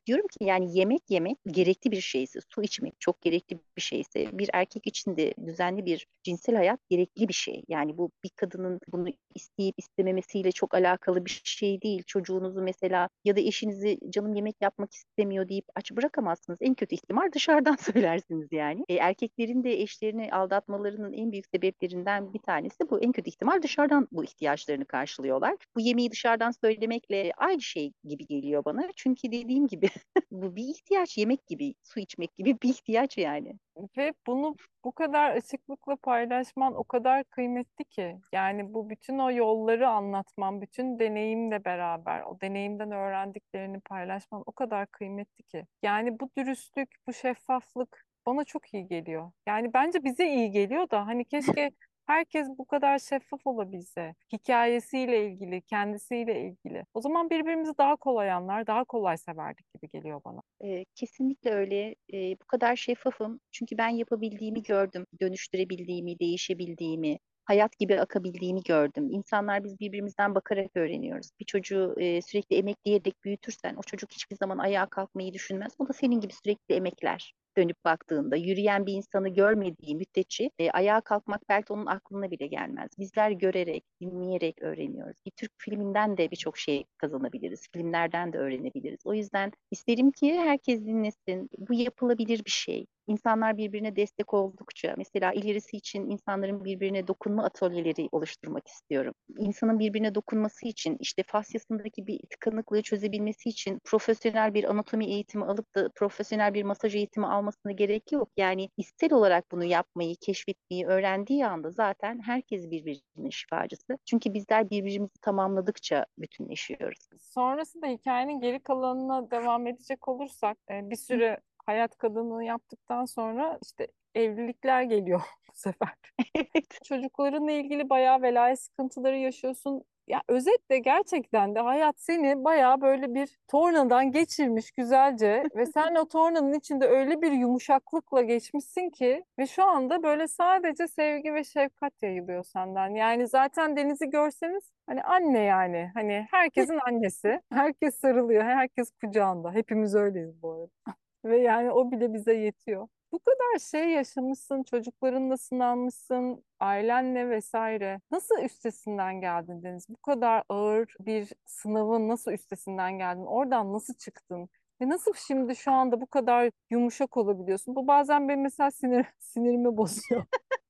Diyorum ki yani yemek yemek gerekli bir şeyse, su içmek çok gerekli bir şeyse, bir erkek için de düzenli bir cinsel hayat gerekli bir şey. Yani bu bir kadının bunu isteyip istememesiyle çok alakalı bir şey değil. Çocuğunuzu mesela ya da eşinizi canım yemek yapmak istemiyor deyip aç bırakamazsınız. En kötü ihtimal dışarıdan söylersiniz yani. E, erkeklerin de eşlerini aldatmalarının en büyük sebeplerinden bir tanesi bu. En kötü ihtimal dışarıdan bu ihtiyaçlarını karşılıyorlar. Bu yemeği dışarıdan söylemekle aynı şey gibi geliyor bana. Çünkü dediğim gibi bu bir ihtiyaç, yemek gibi, su içmek gibi bir ihtiyaç yani. Ve bunu bu kadar açıklıkla paylaşman o kadar kıymetli ki. Yani bu bütün o yolları anlatman, bütün deneyimle beraber o deneyimden öğrendiklerini paylaşman o kadar kıymetli ki. Yani bu dürüstlük, bu şeffaflık bana çok iyi geliyor. Yani bence bize iyi geliyor da hani keşke herkes bu kadar şeffaf olabilse. Hikayesiyle ilgili, kendisiyle ilgili. O zaman birbirimizi daha kolay anlar, daha kolay severdik gibi geliyor bana. Ee, kesinlikle öyle. Ee, bu kadar şeffafım. Çünkü ben yapabildiğimi gördüm. Dönüştürebildiğimi, değişebildiğimi, hayat gibi akabildiğimi gördüm. İnsanlar biz birbirimizden bakarak öğreniyoruz. Bir çocuğu e, sürekli emekleyerek büyütürsen o çocuk hiçbir zaman ayağa kalkmayı düşünmez. O da senin gibi sürekli emekler. Dönüp baktığında yürüyen bir insanı görmediği müddetçe e, ayağa kalkmak belki onun aklına bile gelmez. Bizler görerek, dinleyerek öğreniyoruz. Bir Türk filminden de birçok şey kazanabiliriz. Filmlerden de öğrenebiliriz. O yüzden isterim ki herkes dinlesin. Bu yapılabilir bir şey. İnsanlar birbirine destek oldukça, mesela ilerisi için insanların birbirine dokunma atölyeleri oluşturmak istiyorum. İnsanın birbirine dokunması için, işte fasyasındaki bir tıkanıklığı çözebilmesi için profesyonel bir anatomi eğitimi alıp da profesyonel bir masaj eğitimi almasına gerek yok. Yani içsel olarak bunu yapmayı, keşfetmeyi öğrendiği anda zaten herkes birbirinin şifacısı. Çünkü bizler birbirimizi tamamladıkça bütünleşiyoruz. Sonrasında hikayenin geri kalanına devam edecek olursak e, bir süre hayat kadınlığı yaptıktan sonra işte evlilikler geliyor bu sefer. Evet. Çocuklarınla ilgili bayağı velayet sıkıntıları yaşıyorsun. Ya özetle gerçekten de hayat seni bayağı böyle bir tornadan geçirmiş güzelce ve sen o tornanın içinde öyle bir yumuşaklıkla geçmişsin ki ve şu anda böyle sadece sevgi ve şefkat yayılıyor senden. Yani zaten Deniz'i görseniz hani anne yani hani herkesin annesi. Herkes sarılıyor, herkes kucağında. Hepimiz öyleyiz bu arada. Ve yani o bile bize yetiyor. Bu kadar şey yaşamışsın, çocuklarınla sınanmışsın, ailenle vesaire. Nasıl üstesinden geldin Deniz? Bu kadar ağır bir sınavın nasıl üstesinden geldin? Oradan nasıl çıktın? Ve nasıl şimdi şu anda bu kadar yumuşak olabiliyorsun? Bu bazen benim mesela sinir, sinirimi bozuyor.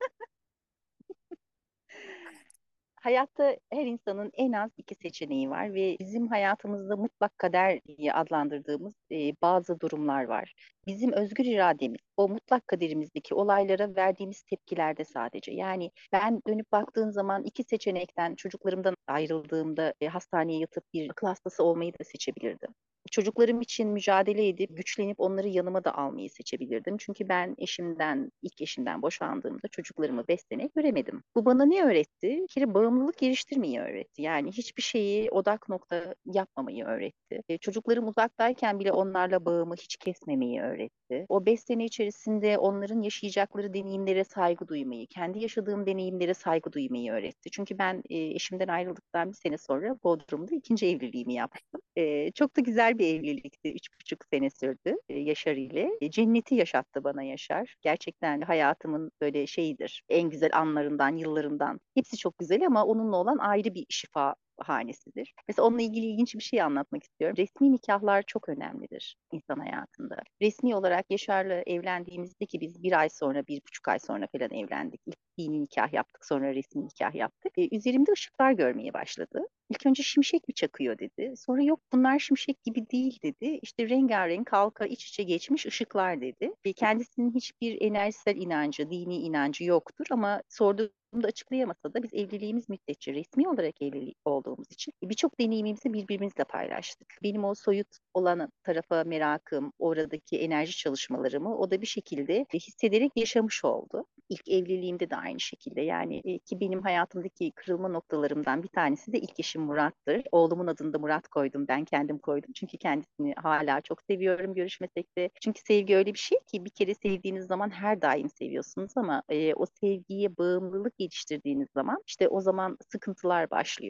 Hayatta her insanın en az iki seçeneği var ve bizim hayatımızda mutlak kader diye adlandırdığımız e, bazı durumlar var. Bizim özgür irademiz, o mutlak kaderimizdeki olaylara verdiğimiz tepkilerde sadece. Yani ben dönüp baktığım zaman iki seçenekten çocuklarımdan ayrıldığımda e, hastaneye yatıp bir akıl hastası olmayı da seçebilirdim. Çocuklarım için mücadele edip güçlenip onları yanıma da almayı seçebilirdim. Çünkü ben eşimden, ilk eşimden boşandığımda çocuklarımı beslemek göremedim. Bu bana ne öğretti? Bir kere bağımlılık geliştirmeyi öğretti. Yani hiçbir şeyi odak nokta yapmamayı öğretti. E, çocuklarım uzaktayken bile onlarla bağımı hiç kesmemeyi öğretti. O beş sene içerisinde onların yaşayacakları deneyimlere saygı duymayı, kendi yaşadığım deneyimlere saygı duymayı öğretti. Çünkü ben e, eşimden ayrıldıktan bir sene sonra Bodrum'da ikinci evliliğimi yaptım. E, çok da güzel bir evlilikti. Üç buçuk sene sürdü e, Yaşar ile. E, cenneti yaşattı bana Yaşar. Gerçekten hayatımın böyle şeyidir. En güzel anlarından, yıllarından. Hepsi çok güzel ama onunla olan ayrı bir şifa hanesidir. Mesela onunla ilgili ilginç bir şey anlatmak istiyorum. Resmi nikahlar çok önemlidir insan hayatında. Resmi olarak Yaşar'la evlendiğimizde ki biz bir ay sonra, bir buçuk ay sonra falan evlendik. İlk dini nikah yaptık, sonra resmi nikah yaptık. E, üzerimde ışıklar görmeye başladı. İlk önce şimşek mi çakıyor dedi. Sonra yok bunlar şimşek gibi değil dedi. İşte rengarenk halka iç içe geçmiş ışıklar dedi. Ve kendisinin hiçbir enerjisel inancı, dini inancı yoktur ama sorduğumda açıklayamasa da biz evliliğimiz müddetçe resmi olarak evli olduğumuz için birçok deneyimimizi birbirimizle paylaştık. Benim o soyut olan tarafa merakım, oradaki enerji çalışmalarımı o da bir şekilde hissederek yaşamış oldu. İlk evliliğimde de aynı şekilde yani e, ki benim hayatımdaki kırılma noktalarımdan bir tanesi de ilk eşim Murat'tır. Oğlumun adını da Murat koydum, ben kendim koydum. Çünkü kendisini hala çok seviyorum görüşmesek de. Çünkü sevgi öyle bir şey ki bir kere sevdiğiniz zaman her daim seviyorsunuz ama e, o sevgiye bağımlılık geliştirdiğiniz zaman işte o zaman sıkıntılar başlıyor.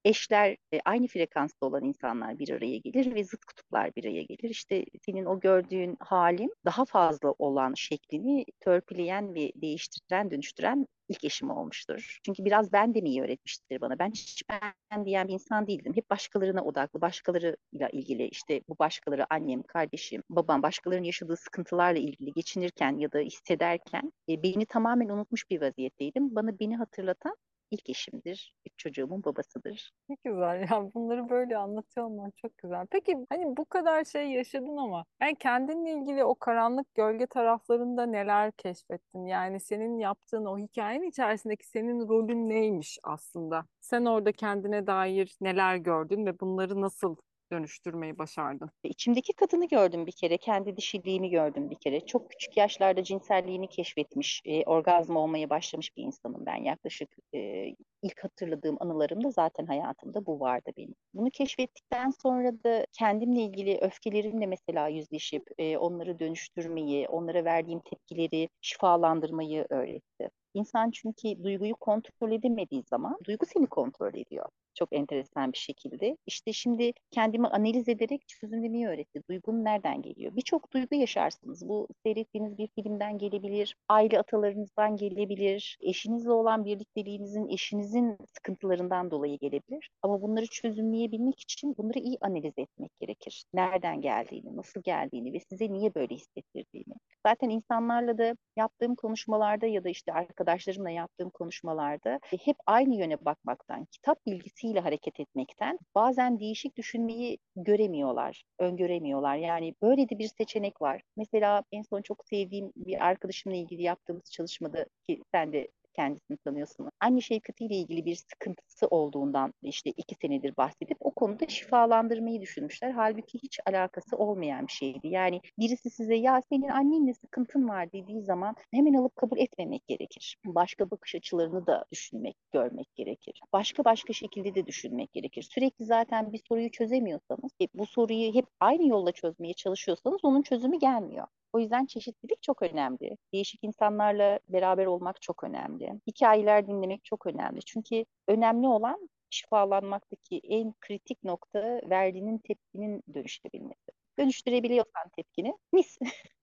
eşler, e, aynı frekansta olan insanlar bir araya gelir ve zıt kutuplar bir araya gelir. İşte senin o gördüğün halim daha fazla olan şeklini törpüleyen ve değiştiren, dönüştüren ilk eşim olmuştur. Çünkü biraz ben demeyi öğretmiştir bana. Ben hiç ben diyen bir insan değildim. Hep başkalarına odaklı, başkalarıyla ilgili, işte bu başkaları annem, kardeşim, babam, başkalarının yaşadığı sıkıntılarla ilgili geçinirken ya da hissederken e, beni tamamen unutmuş bir vaziyetteydim. Bana beni hatırlatan ilk eşimdir. Üç çocuğumun babasıdır. Ne güzel ya, bunları böyle anlatıyor olman çok güzel. Peki hani bu kadar şey yaşadın ama yani kendinle ilgili o karanlık gölge taraflarında neler keşfettin? Yani senin yaptığın o hikayenin içerisindeki senin rolün neymiş aslında? Sen orada kendine dair neler gördün ve bunları nasıl dönüştürmeyi başardın? İçimdeki kadını gördüm bir kere, kendi dişiliğimi gördüm bir kere. Çok küçük yaşlarda cinselliğini keşfetmiş, e, orgazm olmaya başlamış bir insanım ben. Yaklaşık e, ilk hatırladığım anılarımda zaten hayatımda bu vardı benim. Bunu keşfettikten sonra da kendimle ilgili öfkelerimle mesela yüzleşip e, onları dönüştürmeyi, onlara verdiğim tepkileri şifalandırmayı öğretti. İnsan çünkü duyguyu kontrol edemediği zaman duygu seni kontrol ediyor. Çok enteresan bir şekilde. İşte şimdi kendimi analiz ederek çözümlemeyi öğretti. Duygun nereden geliyor? Birçok duygu yaşarsınız. Bu seyrettiğiniz bir filmden gelebilir, aile atalarınızdan gelebilir, eşinizle olan birlikteliğinizin, eşinizin sıkıntılarından dolayı gelebilir. Ama bunları çözümleyebilmek için bunları iyi analiz etmek gerekir. Nereden geldiğini, nasıl geldiğini ve size niye böyle hissettirdiğini. Zaten insanlarla da yaptığım konuşmalarda ya da işte arkadaşlarımla yaptığım konuşmalarda e, hep aynı yöne bakmaktan, kitap bilgisiyle hareket etmekten bazen değişik düşünmeyi göremiyorlar, öngöremiyorlar. Yani böyle de bir seçenek var. Mesela en son çok sevdiğim bir arkadaşımla ilgili yaptığımız çalışmada ki sen de kendisini tanıyorsun. Anne şefkatiyle ilgili bir sıkıntısı olduğundan işte iki senedir bahsedip o konuda şifalandırmayı düşünmüşler. Halbuki hiç alakası olmayan bir şeydi. Yani birisi size ya senin annenle sıkıntın var dediği zaman hemen alıp kabul etmemek gerekir. Başka bakış açılarını da düşünmek, görmek gerekir. Başka başka şekilde de düşünmek gerekir. Sürekli zaten bir soruyu çözemiyorsanız, hep bu soruyu hep aynı yolla çözmeye çalışıyorsanız onun çözümü gelmiyor. O yüzden çeşitlilik çok önemli. Değişik insanlarla beraber olmak çok önemli. Hikayeler dinlemek çok önemli. Çünkü önemli olan şifalanmaktaki en kritik nokta verdiğinin tepkinin dönüşebilmesi. Dönüştürebiliyorsan tepkini mis.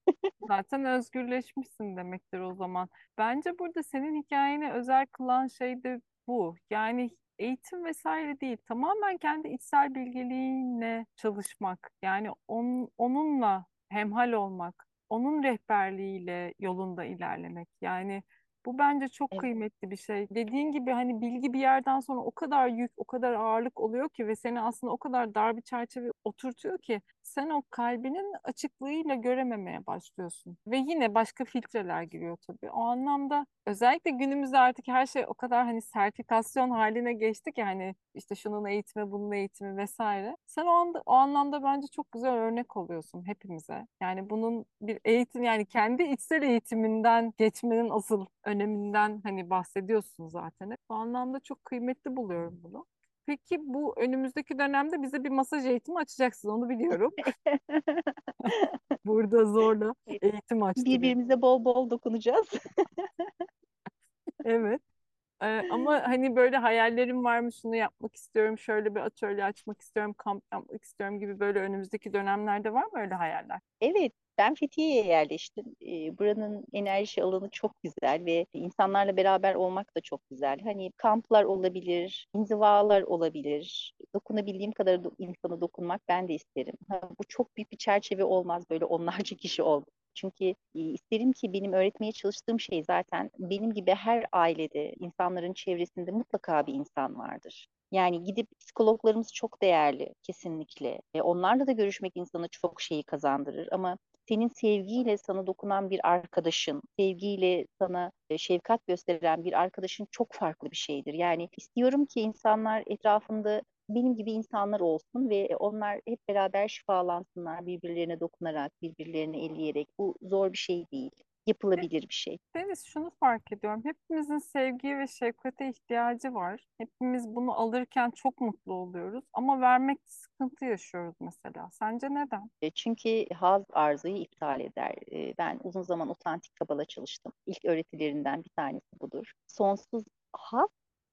Zaten özgürleşmişsin demektir o zaman. Bence burada senin hikayeni özel kılan şey de bu. Yani eğitim vesaire değil, tamamen kendi içsel bilgeliğinle çalışmak. Yani on, onunla hemhal olmak, onun rehberliğiyle yolunda ilerlemek. Yani bu bence çok Evet. kıymetli bir şey. Dediğin gibi hani bilgi bir yerden sonra o kadar yük, o kadar ağırlık oluyor ki ve seni aslında o kadar dar bir çerçeve oturtuyor ki sen o kalbinin açıklığıyla görememeye başlıyorsun. Ve yine başka filtreler giriyor tabii. O anlamda özellikle günümüzde artık her şey o kadar hani sertifikasyon haline geçti ki hani işte şunun eğitimi, bunun eğitimi vesaire. Sen o anda o anlamda bence çok güzel örnek oluyorsun hepimize. Yani bunun bir eğitim, yani kendi içsel eğitiminden geçmenin asıl öneminden hani bahsediyorsun zaten hep. Bu anlamda çok kıymetli buluyorum bunu. Peki bu önümüzdeki dönemde bize bir masaj eğitimi açacaksın, onu biliyorum. Burada zorla Evet. eğitim açtırıyor. Birbirimize bol bol dokunacağız. Evet. Ee, ama hani böyle hayallerim var mı? Şunu yapmak istiyorum, şöyle bir atölye açmak istiyorum, kamp yapmak istiyorum gibi böyle önümüzdeki dönemlerde var mı öyle hayaller? Evet, ben Fethiye'ye yerleştim. Ee, buranın enerji alanı çok güzel ve insanlarla beraber olmak da çok güzel. Hani kamplar olabilir, inzivalar olabilir. Dokunabildiğim kadar do- insana dokunmak ben de isterim. Ha, bu çok büyük bir çerçeve olmaz, böyle onlarca kişi olmaz. Çünkü e, isterim ki benim öğretmeye çalıştığım şey zaten benim gibi her ailede, insanların çevresinde mutlaka bir insan vardır. Yani gidip psikologlarımız çok değerli kesinlikle. E, onlarla da görüşmek insana çok şeyi kazandırır ama senin sevgiyle sana dokunan bir arkadaşın, sevgiyle sana e, şefkat gösteren bir arkadaşın çok farklı bir şeydir. Yani istiyorum ki insanlar etrafında benim gibi insanlar olsun ve onlar hep beraber şifalansınlar birbirlerine dokunarak, birbirlerini elleyerek. Bu zor bir şey değil, yapılabilir bir şey. Deniz, şunu fark ediyorum. Hepimizin sevgiye ve şefkate ihtiyacı var. Hepimiz bunu alırken çok mutlu oluyoruz. Ama vermekte sıkıntı yaşıyoruz mesela. Sence neden? E, Çünkü haz arzuyu iptal eder. E, Ben uzun zaman otantik kabala çalıştım. İlk öğretilerinden bir tanesi budur. Sonsuz haz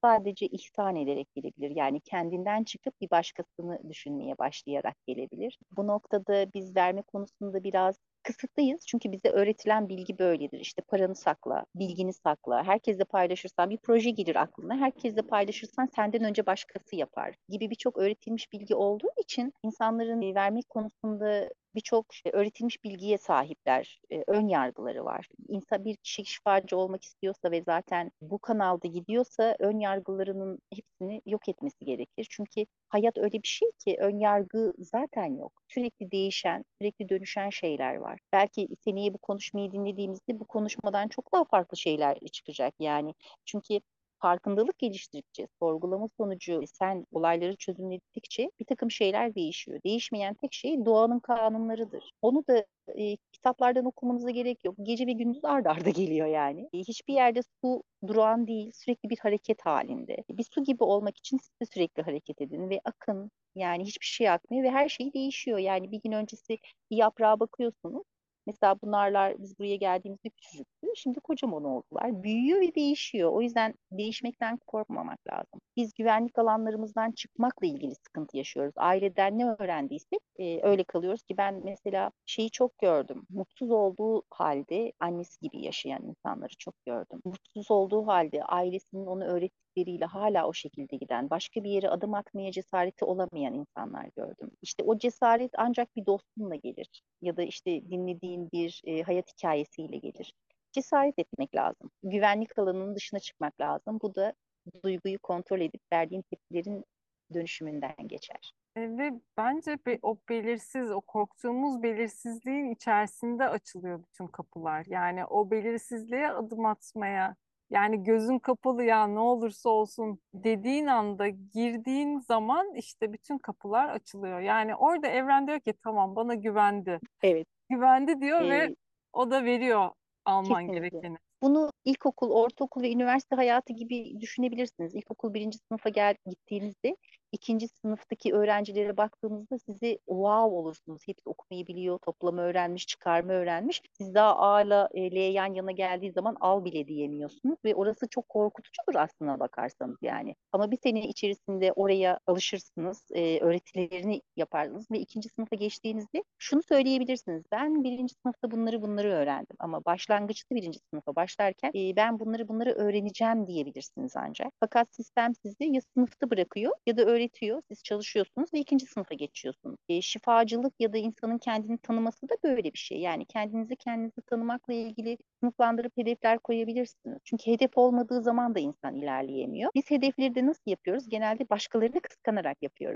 sadece ihsan ederek gelebilir. Yani kendinden çıkıp bir başkasını düşünmeye başlayarak gelebilir. Bu noktada biz verme konusunda biraz kısıtlıyız. Çünkü bize öğretilen bilgi böyledir. İşte paranı sakla, bilgini sakla. Herkesle paylaşırsan bir proje gelir aklına. Herkesle paylaşırsan senden önce başkası yapar gibi birçok öğretilmiş bilgi olduğu için insanların e, vermek konusunda birçok e, öğretilmiş bilgiye sahipler, e, ön yargıları var. İnsan bir kişi şifacı olmak istiyorsa ve zaten bu kanalda gidiyorsa ön yargılarının hepsini yok etmesi gerekir. Çünkü hayat öyle bir şey ki ön yargı zaten yok. Sürekli değişen, sürekli dönüşen şeyler var. Belki seneye bu konuşmayı dinlediğimizde bu konuşmadan çok daha farklı şeyler çıkacak yani. Çünkü farkındalık geliştirdikçe, sorgulama sonucu sen olayları çözümledikçe bir takım şeyler değişiyor. Değişmeyen tek şey doğanın kanunlarıdır. Onu da e, kitaplardan okumanıza gerek yok. Gece ve gündüz ard arda geliyor yani. E, hiçbir yerde su durağan değil, sürekli bir hareket halinde. Bir su gibi olmak için siz de sürekli hareket edin ve akın. Yani hiçbir şey akmıyor ve her şey değişiyor. Yani bir gün öncesi bir yaprağa bakıyorsunuz. Mesela bunlarlar biz buraya geldiğimizde küçücüktü. Şimdi kocaman oldular. Büyüyor ve değişiyor. O yüzden değişmekten korkmamak lazım. Biz güvenlik alanlarımızdan çıkmakla ilgili sıkıntı yaşıyoruz. Aileden ne öğrendiysek e, öyle kalıyoruz ki ben mesela şeyi çok gördüm. Mutsuz olduğu halde annesi gibi yaşayan insanları çok gördüm. Mutsuz olduğu halde ailesinin onu öğrettikleriyle hala o şekilde giden, başka bir yere adım atmaya cesareti olamayan insanlar gördüm. İşte o cesaret ancak bir dostunla gelir ya da işte dinlediğin bir e, hayat hikayesiyle gelir. Cesaret etmek lazım. Güvenlik alanının dışına çıkmak lazım. Bu da duyguyu kontrol edip verdiğin tepkilerin dönüşümünden geçer. E, ve bence be- o belirsiz, o korktuğumuz belirsizliğin içerisinde açılıyor bütün kapılar. Yani o belirsizliğe adım atmaya, yani gözün kapalı ya ne olursa olsun dediğin anda girdiğin zaman işte bütün kapılar açılıyor. Yani orada evren diyor ki tamam bana güvendi. Evet, Güvendi diyor ve e, o da veriyor alman kesinlikle. gerekeni. Bunu ilkokul, ortaokul ve üniversite hayatı gibi düşünebilirsiniz. İlkokul birinci sınıfa gel gittiğinizde ikinci sınıftaki öğrencilere baktığınızda sizi wow olursunuz. Hepsi okumayı biliyor, toplama öğrenmiş, çıkarma öğrenmiş. Siz daha A ile e, L yan yana geldiği zaman al bile diyemiyorsunuz ve orası çok korkutucudur aslına bakarsanız yani. Ama bir sene içerisinde oraya alışırsınız, e, öğretilerini yaparsınız ve ikinci sınıfa geçtiğinizde şunu söyleyebilirsiniz. Ben birinci sınıfta bunları bunları öğrendim ama başlangıçta birinci sınıfa başlarken e, ben bunları bunları öğreneceğim diyebilirsiniz ancak. Fakat sistem sizi ya sınıfta bırakıyor ya da öğretiyor. Siz çalışıyorsunuz ve ikinci sınıfa geçiyorsunuz. E, şifacılık ya da insanın kendini tanıması da böyle bir şey. Yani kendinizi kendinizi tanımakla ilgili sınıflandırıp hedefler koyabilirsiniz. Çünkü hedef olmadığı zaman da insan ilerleyemiyor. Biz hedefleri de nasıl yapıyoruz? Genelde başkalarını kıskanarak yapıyoruz.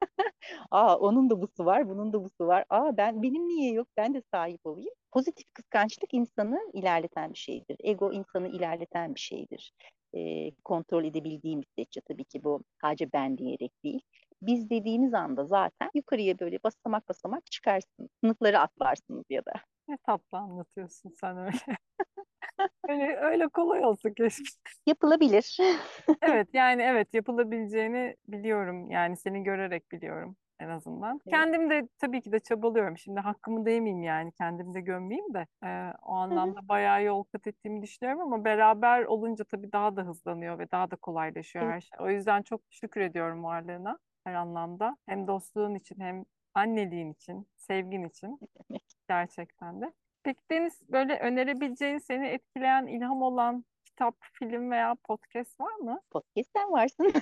Aa onun da busu var, bunun da busu var. Aa ben benim niye yok? Ben de sahip olayım. Pozitif kıskançlık insanı ilerleten bir şeydir. Ego insanı ilerleten bir şeydir. Ee, kontrol edebildiğim müddetçe tabii ki bu sadece ben diyerek değil. Biz dediğiniz anda zaten yukarıya böyle basamak basamak çıkarsınız. Sınıfları atlarsınız ya da. Ne tatlı anlatıyorsun sen öyle. Öyle, öyle kolay olsa keşke. Yapılabilir. Evet yani evet yapılabileceğini biliyorum. Yani seni görerek biliyorum en azından. Evet. Kendim de tabii ki de çabalıyorum. Şimdi hakkımı da yemeyeyim yani kendimi de gömmeyeyim de. Ee, o Hı hı. anlamda bayağı yol kat ettiğimi düşünüyorum ama beraber olunca tabii daha da hızlanıyor ve daha da kolaylaşıyor Evet. her şey. O yüzden çok şükür ediyorum varlığına her anlamda. Hem dostluğun için hem anneliğin için, sevgin için gerçekten de. Peki Deniz böyle önerebileceğin seni etkileyen, ilham olan kitap, film veya podcast var mı? Podcast'ten varsın.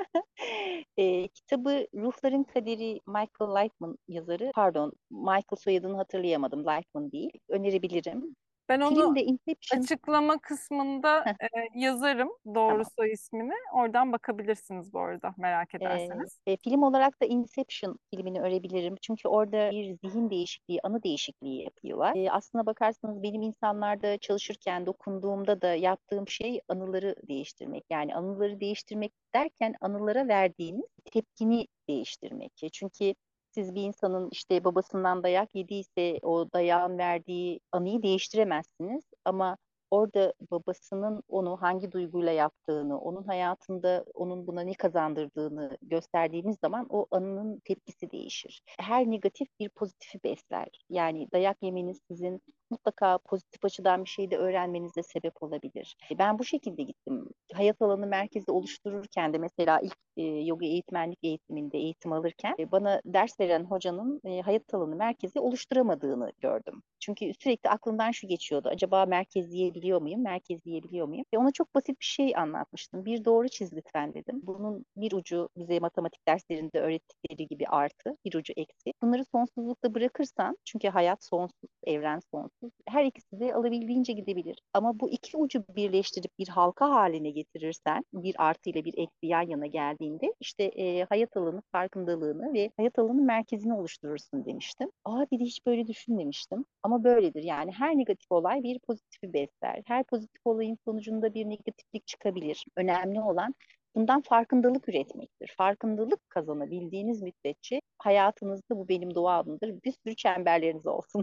E, kitabı Ruhların Kaderi Michael Lightman yazarı. Pardon, Michael soyadını hatırlayamadım. Lightman değil. Önerebilirim. Ben onu Film de Inception. açıklama kısmında Heh, e, yazarım doğru tamam. soy ismini. Oradan bakabilirsiniz bu arada merak E, ederseniz. e, film olarak da Inception filmini önerebilirim. Çünkü orada bir zihin değişikliği, anı değişikliği yapıyorlar. E, aslına bakarsanız benim insanlarda çalışırken, dokunduğumda da yaptığım şey anıları değiştirmek. Yani anıları değiştirmek derken anılara verdiğiniz tepkini değiştirmek. E, Çünkü siz bir insanın işte babasından dayak yediyse o dayağın verdiği anıyı değiştiremezsiniz. Ama orada babasının onu hangi duyguyla yaptığını, onun hayatında onun buna ne kazandırdığını gösterdiğiniz zaman o anının tepkisi değişir. Her negatif bir pozitifi besler. Yani dayak yemeniz sizin mutlaka pozitif açıdan bir şey de öğrenmenize sebep olabilir. E, Ben bu şekilde gittim. Hayat alanı merkezi oluştururken de mesela ilk e, yoga eğitmenlik eğitiminde eğitim alırken e, bana ders veren hocanın e, hayat alanı merkezi oluşturamadığını gördüm. Çünkü sürekli aklımdan şu geçiyordu. Acaba merkezleyebiliyor muyum? Merkezleyebiliyor muyum? Ve ona çok basit bir şey anlatmıştım. Bir doğru çiz lütfen dedim. Bunun bir ucu bize matematik derslerinde öğrettikleri gibi artı, bir ucu eksi. Bunları sonsuzlukta bırakırsan, çünkü hayat sonsuz, evren sonsuz. Her ikisi de alabildiğince gidebilir. Ama bu iki ucu birleştirip bir halka haline getirirsen, bir artı ile bir eksi yan yana geldiğinde işte e, hayat alanı farkındalığını ve hayat alanı merkezini oluşturursun demiştim. Aa dedi, hiç böyle düşünmemiştim. Ama böyledir. Yani her negatif olay bir pozitifi besler. Her pozitif olayın sonucunda bir negatiflik çıkabilir. Önemli olan bundan farkındalık üretmektir. Farkındalık kazanabildiğiniz müddetçe hayatınızda, bu benim duamdır, bir sürü çemberleriniz olsun.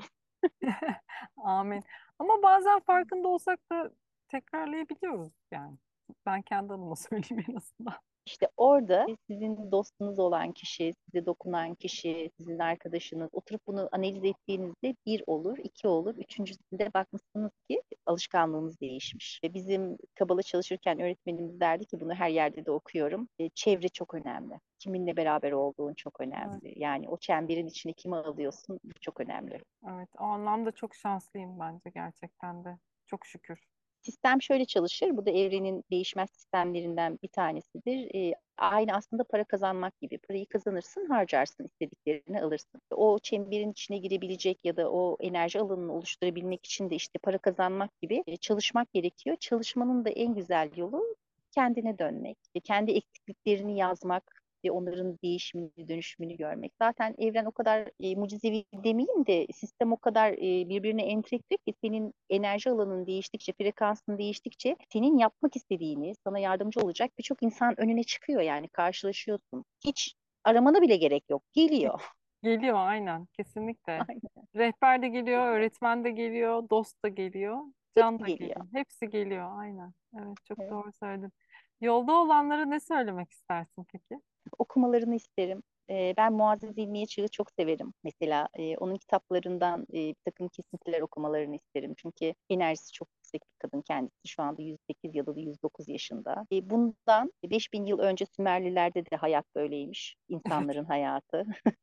Amin. Ama bazen farkında olsak da tekrarlayabiliyoruz yani. Ben kendi adıma söyleyeyim en azından. İşte orada sizin dostunuz olan kişi, size dokunan kişi, sizin arkadaşınız oturup bunu analiz ettiğinizde bir olur, iki olur, üçüncüsünde bakmışsınız ki alışkanlığınız değişmiş. Ve bizim Kabala çalışırken öğretmenimiz derdi ki, bunu her yerde de okuyorum, e, çevre çok önemli. Kiminle beraber olduğun çok Evet, önemli. Yani o çemberin içine kimi alıyorsun, bu çok önemli. evet. O anlamda çok şanslıyım bence gerçekten de. Çok şükür. Sistem şöyle çalışır. Bu da evrenin değişmez sistemlerinden bir tanesidir. E, aynı aslında para kazanmak gibi. Parayı kazanırsın, harcarsın, istediklerini alırsın. O çemberin içine girebilecek ya da o enerji alanını oluşturabilmek için de işte para kazanmak gibi e, çalışmak gerekiyor. Çalışmanın da en güzel yolu kendine dönmek. E, kendi eksikliklerini yazmak ve onların değişimini, dönüşümünü görmek. Zaten evren o kadar e, mucizevi demeyeyim de, sistem o kadar e, birbirine entegre ki, senin enerji alanın değiştikçe, frekansın değiştikçe senin yapmak istediğini, sana yardımcı olacak birçok insan önüne çıkıyor, yani karşılaşıyorsun. Hiç aramana bile gerek yok. Geliyor. Geliyor aynen. Kesinlikle. Aynen. Rehber de geliyor, öğretmen de geliyor, dost da geliyor, can Hepsi da geliyor. geliyor. Hepsi geliyor aynen. Evet, çok Evet. doğru söyledin. Yolda olanlara ne söylemek istersin peki? Okumalarını isterim. Ee, ben Muazzez İlmiye Çığ'ı çok severim. Mesela e, onun kitaplarından e, bir takım kesintiler okumalarını isterim. Çünkü enerjisi çok yüksek bir kadın kendisi. Şu anda yüz sekiz ya da yüz dokuz yaşında. E, bundan beş bin yıl önce Sümerlilerde de hayat böyleymiş. Evet, İnsanların hayatı.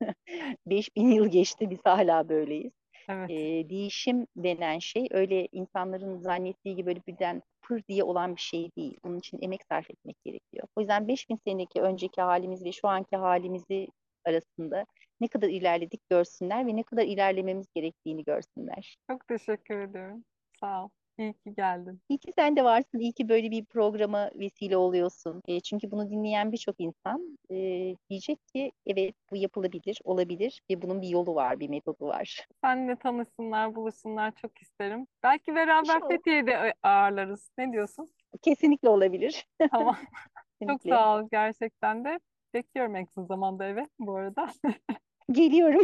beş bin yıl geçti, biz hala böyleyiz. evet. E, Değişim denen şey öyle insanların zannettiği gibi böyle birden pır diye olan bir şey değil. Bunun için emek sarf etmek gerekiyor. O yüzden beş bin seneki önceki halimiz ve şu anki halimizi arasında ne kadar ilerledik görsünler ve ne kadar ilerlememiz gerektiğini görsünler. Çok teşekkür ediyorum. Sağ ol. İyi ki geldin. İyi ki sen de varsın, iyi ki böyle bir programa vesile oluyorsun. E, çünkü bunu dinleyen birçok insan e, diyecek ki evet, bu yapılabilir, olabilir ve bunun bir yolu var, bir metodu var. Seninle tanışsınlar, buluşsunlar çok isterim. Belki beraber İnşallah. Fethiye'de ağırlarız. Ne diyorsun? Kesinlikle olabilir. Tamam. Çok Kesinlikle. sağ ol gerçekten de. Bekliyorum en kısa zamanda eve bu arada. Geliyorum.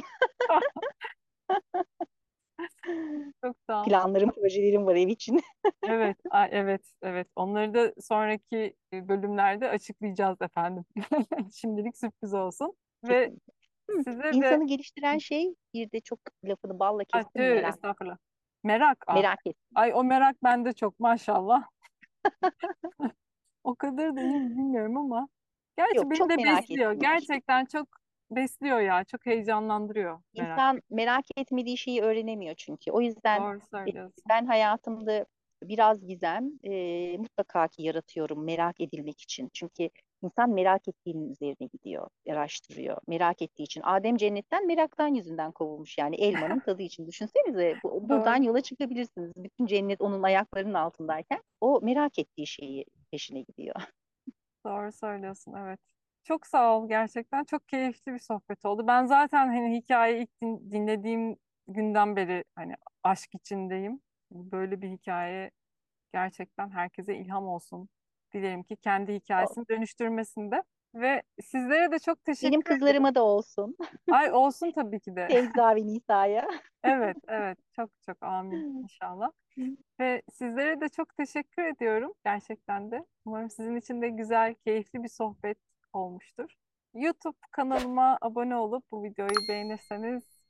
Çok sağ ol. Planlarım, projelerim var ev için. Evet, a- evet, evet. Onları da sonraki e, bölümlerde açıklayacağız efendim. Şimdilik sürpriz olsun. Ve Kesinlikle. Hı. size de İnsanı geliştiren şey, bir de çok lafını balla Ay, kestim, tüh, merak. estağfurullah. Merak. Ah. Merak ettim. Ay o merak bende çok maşallah. O kadar da iyi mi bilmiyorum ama. Gerçi Yok, beni çok de merak besliyor. ettim var. Gerçekten çok besliyor ya. Çok heyecanlandırıyor merak. İnsan merak etmediği şeyi öğrenemiyor çünkü. O yüzden Doğru e, söylüyorsun. ben hayatımda biraz gizem e, mutlaka ki yaratıyorum merak edilmek için. Çünkü insan merak ettiğinin üzerine gidiyor, araştırıyor. Merak ettiği için. Adem cennetten meraktan yüzünden kovulmuş, yani elmanın tadı için. Düşünsenize, bu, buradan Doğru. yola çıkabilirsiniz. Bütün cennet onun ayaklarının altındayken o merak ettiği şeyi peşine gidiyor. Doğru söylüyorsun. Evet. Çok sağ ol gerçekten. Çok keyifli bir sohbet oldu. Ben zaten hani hikayeyi ilk din- dinlediğim günden beri hani aşk içindeyim. Böyle bir hikaye gerçekten herkese ilham olsun. Dilerim ki kendi hikayesini dönüştürmesinde. Ve sizlere de çok Benim teşekkür ederim. kızlarıma da olsun. Ay olsun tabii ki de. Sevda ve Nisa'ya. Evet, evet. Çok çok amin inşallah. Ve sizlere de çok teşekkür ediyorum gerçekten de. Umarım sizin için de güzel, keyifli bir sohbet olmuştur. YouTube kanalıma abone olup bu videoyu beğenirseniz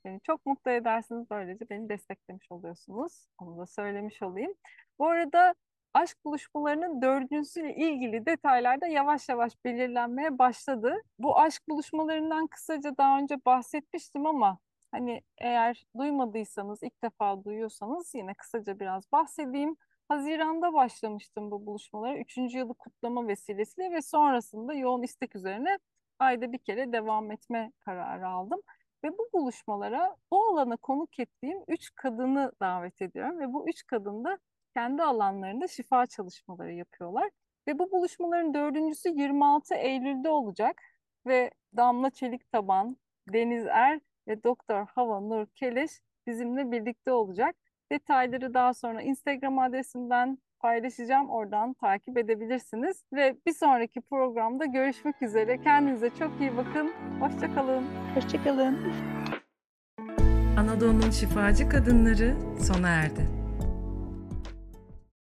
Beni çok mutlu edersiniz. Böylece beni desteklemiş oluyorsunuz. Onu da söylemiş olayım. Bu arada aşk buluşmalarının dördüncüsüyle ilgili detaylar da yavaş yavaş belirlenmeye başladı. Bu aşk buluşmalarından kısaca daha önce bahsetmiştim ama hani eğer duymadıysanız, ilk defa duyuyorsanız yine kısaca biraz bahsedeyim. Haziran'da başlamıştım bu buluşmalara. Üçüncü yılı kutlama vesilesiyle ve sonrasında yoğun istek üzerine ayda bir kere devam etme kararı aldım. Ve bu buluşmalara o alana konuk ettiğim üç kadını davet ediyorum. Ve bu üç kadın da kendi alanlarında şifa çalışmaları yapıyorlar. Ve bu buluşmaların dördüncüsü yirmi altı Eylül'de olacak. Ve Damla Çeliktaban, Deniz Er ve Doktor Hava Nur Keleş bizimle birlikte olacak. Detayları daha sonra Instagram adresimden paylaşacağım. Oradan takip edebilirsiniz. Ve bir sonraki programda görüşmek üzere. Kendinize çok iyi bakın. Hoşça kalın. Hoşçakalın. Anadolu'nun şifacı kadınları sona erdi.